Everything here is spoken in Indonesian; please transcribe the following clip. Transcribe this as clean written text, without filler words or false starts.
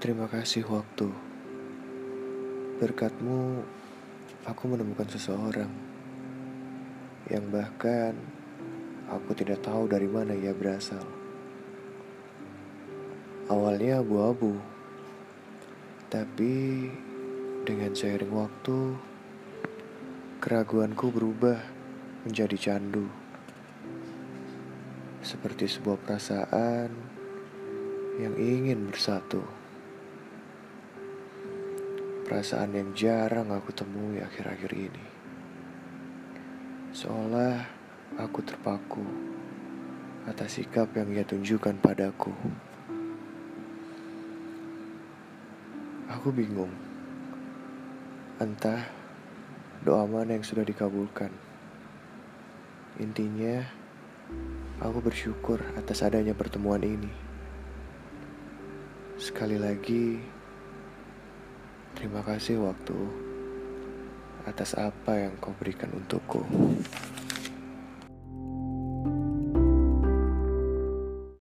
Terima kasih waktu. Berkatmu, aku menemukan seseorang yang bahkan aku tidak tahu dari mana ia berasal. Awalnya abu-abu, tapi dengan seiring waktu, keraguanku berubah menjadi candu. Seperti sebuah perasaan yang ingin bersatu. Perasaan yang jarang aku temui akhir-akhir ini. Seolah aku terpaku atas sikap yang ia tunjukkan padaku. Aku bingung. Entah doa mana yang sudah dikabulkan. Intinya, aku bersyukur atas adanya pertemuan ini. Sekali lagi, terima kasih waktu atas apa yang kau berikan untukku.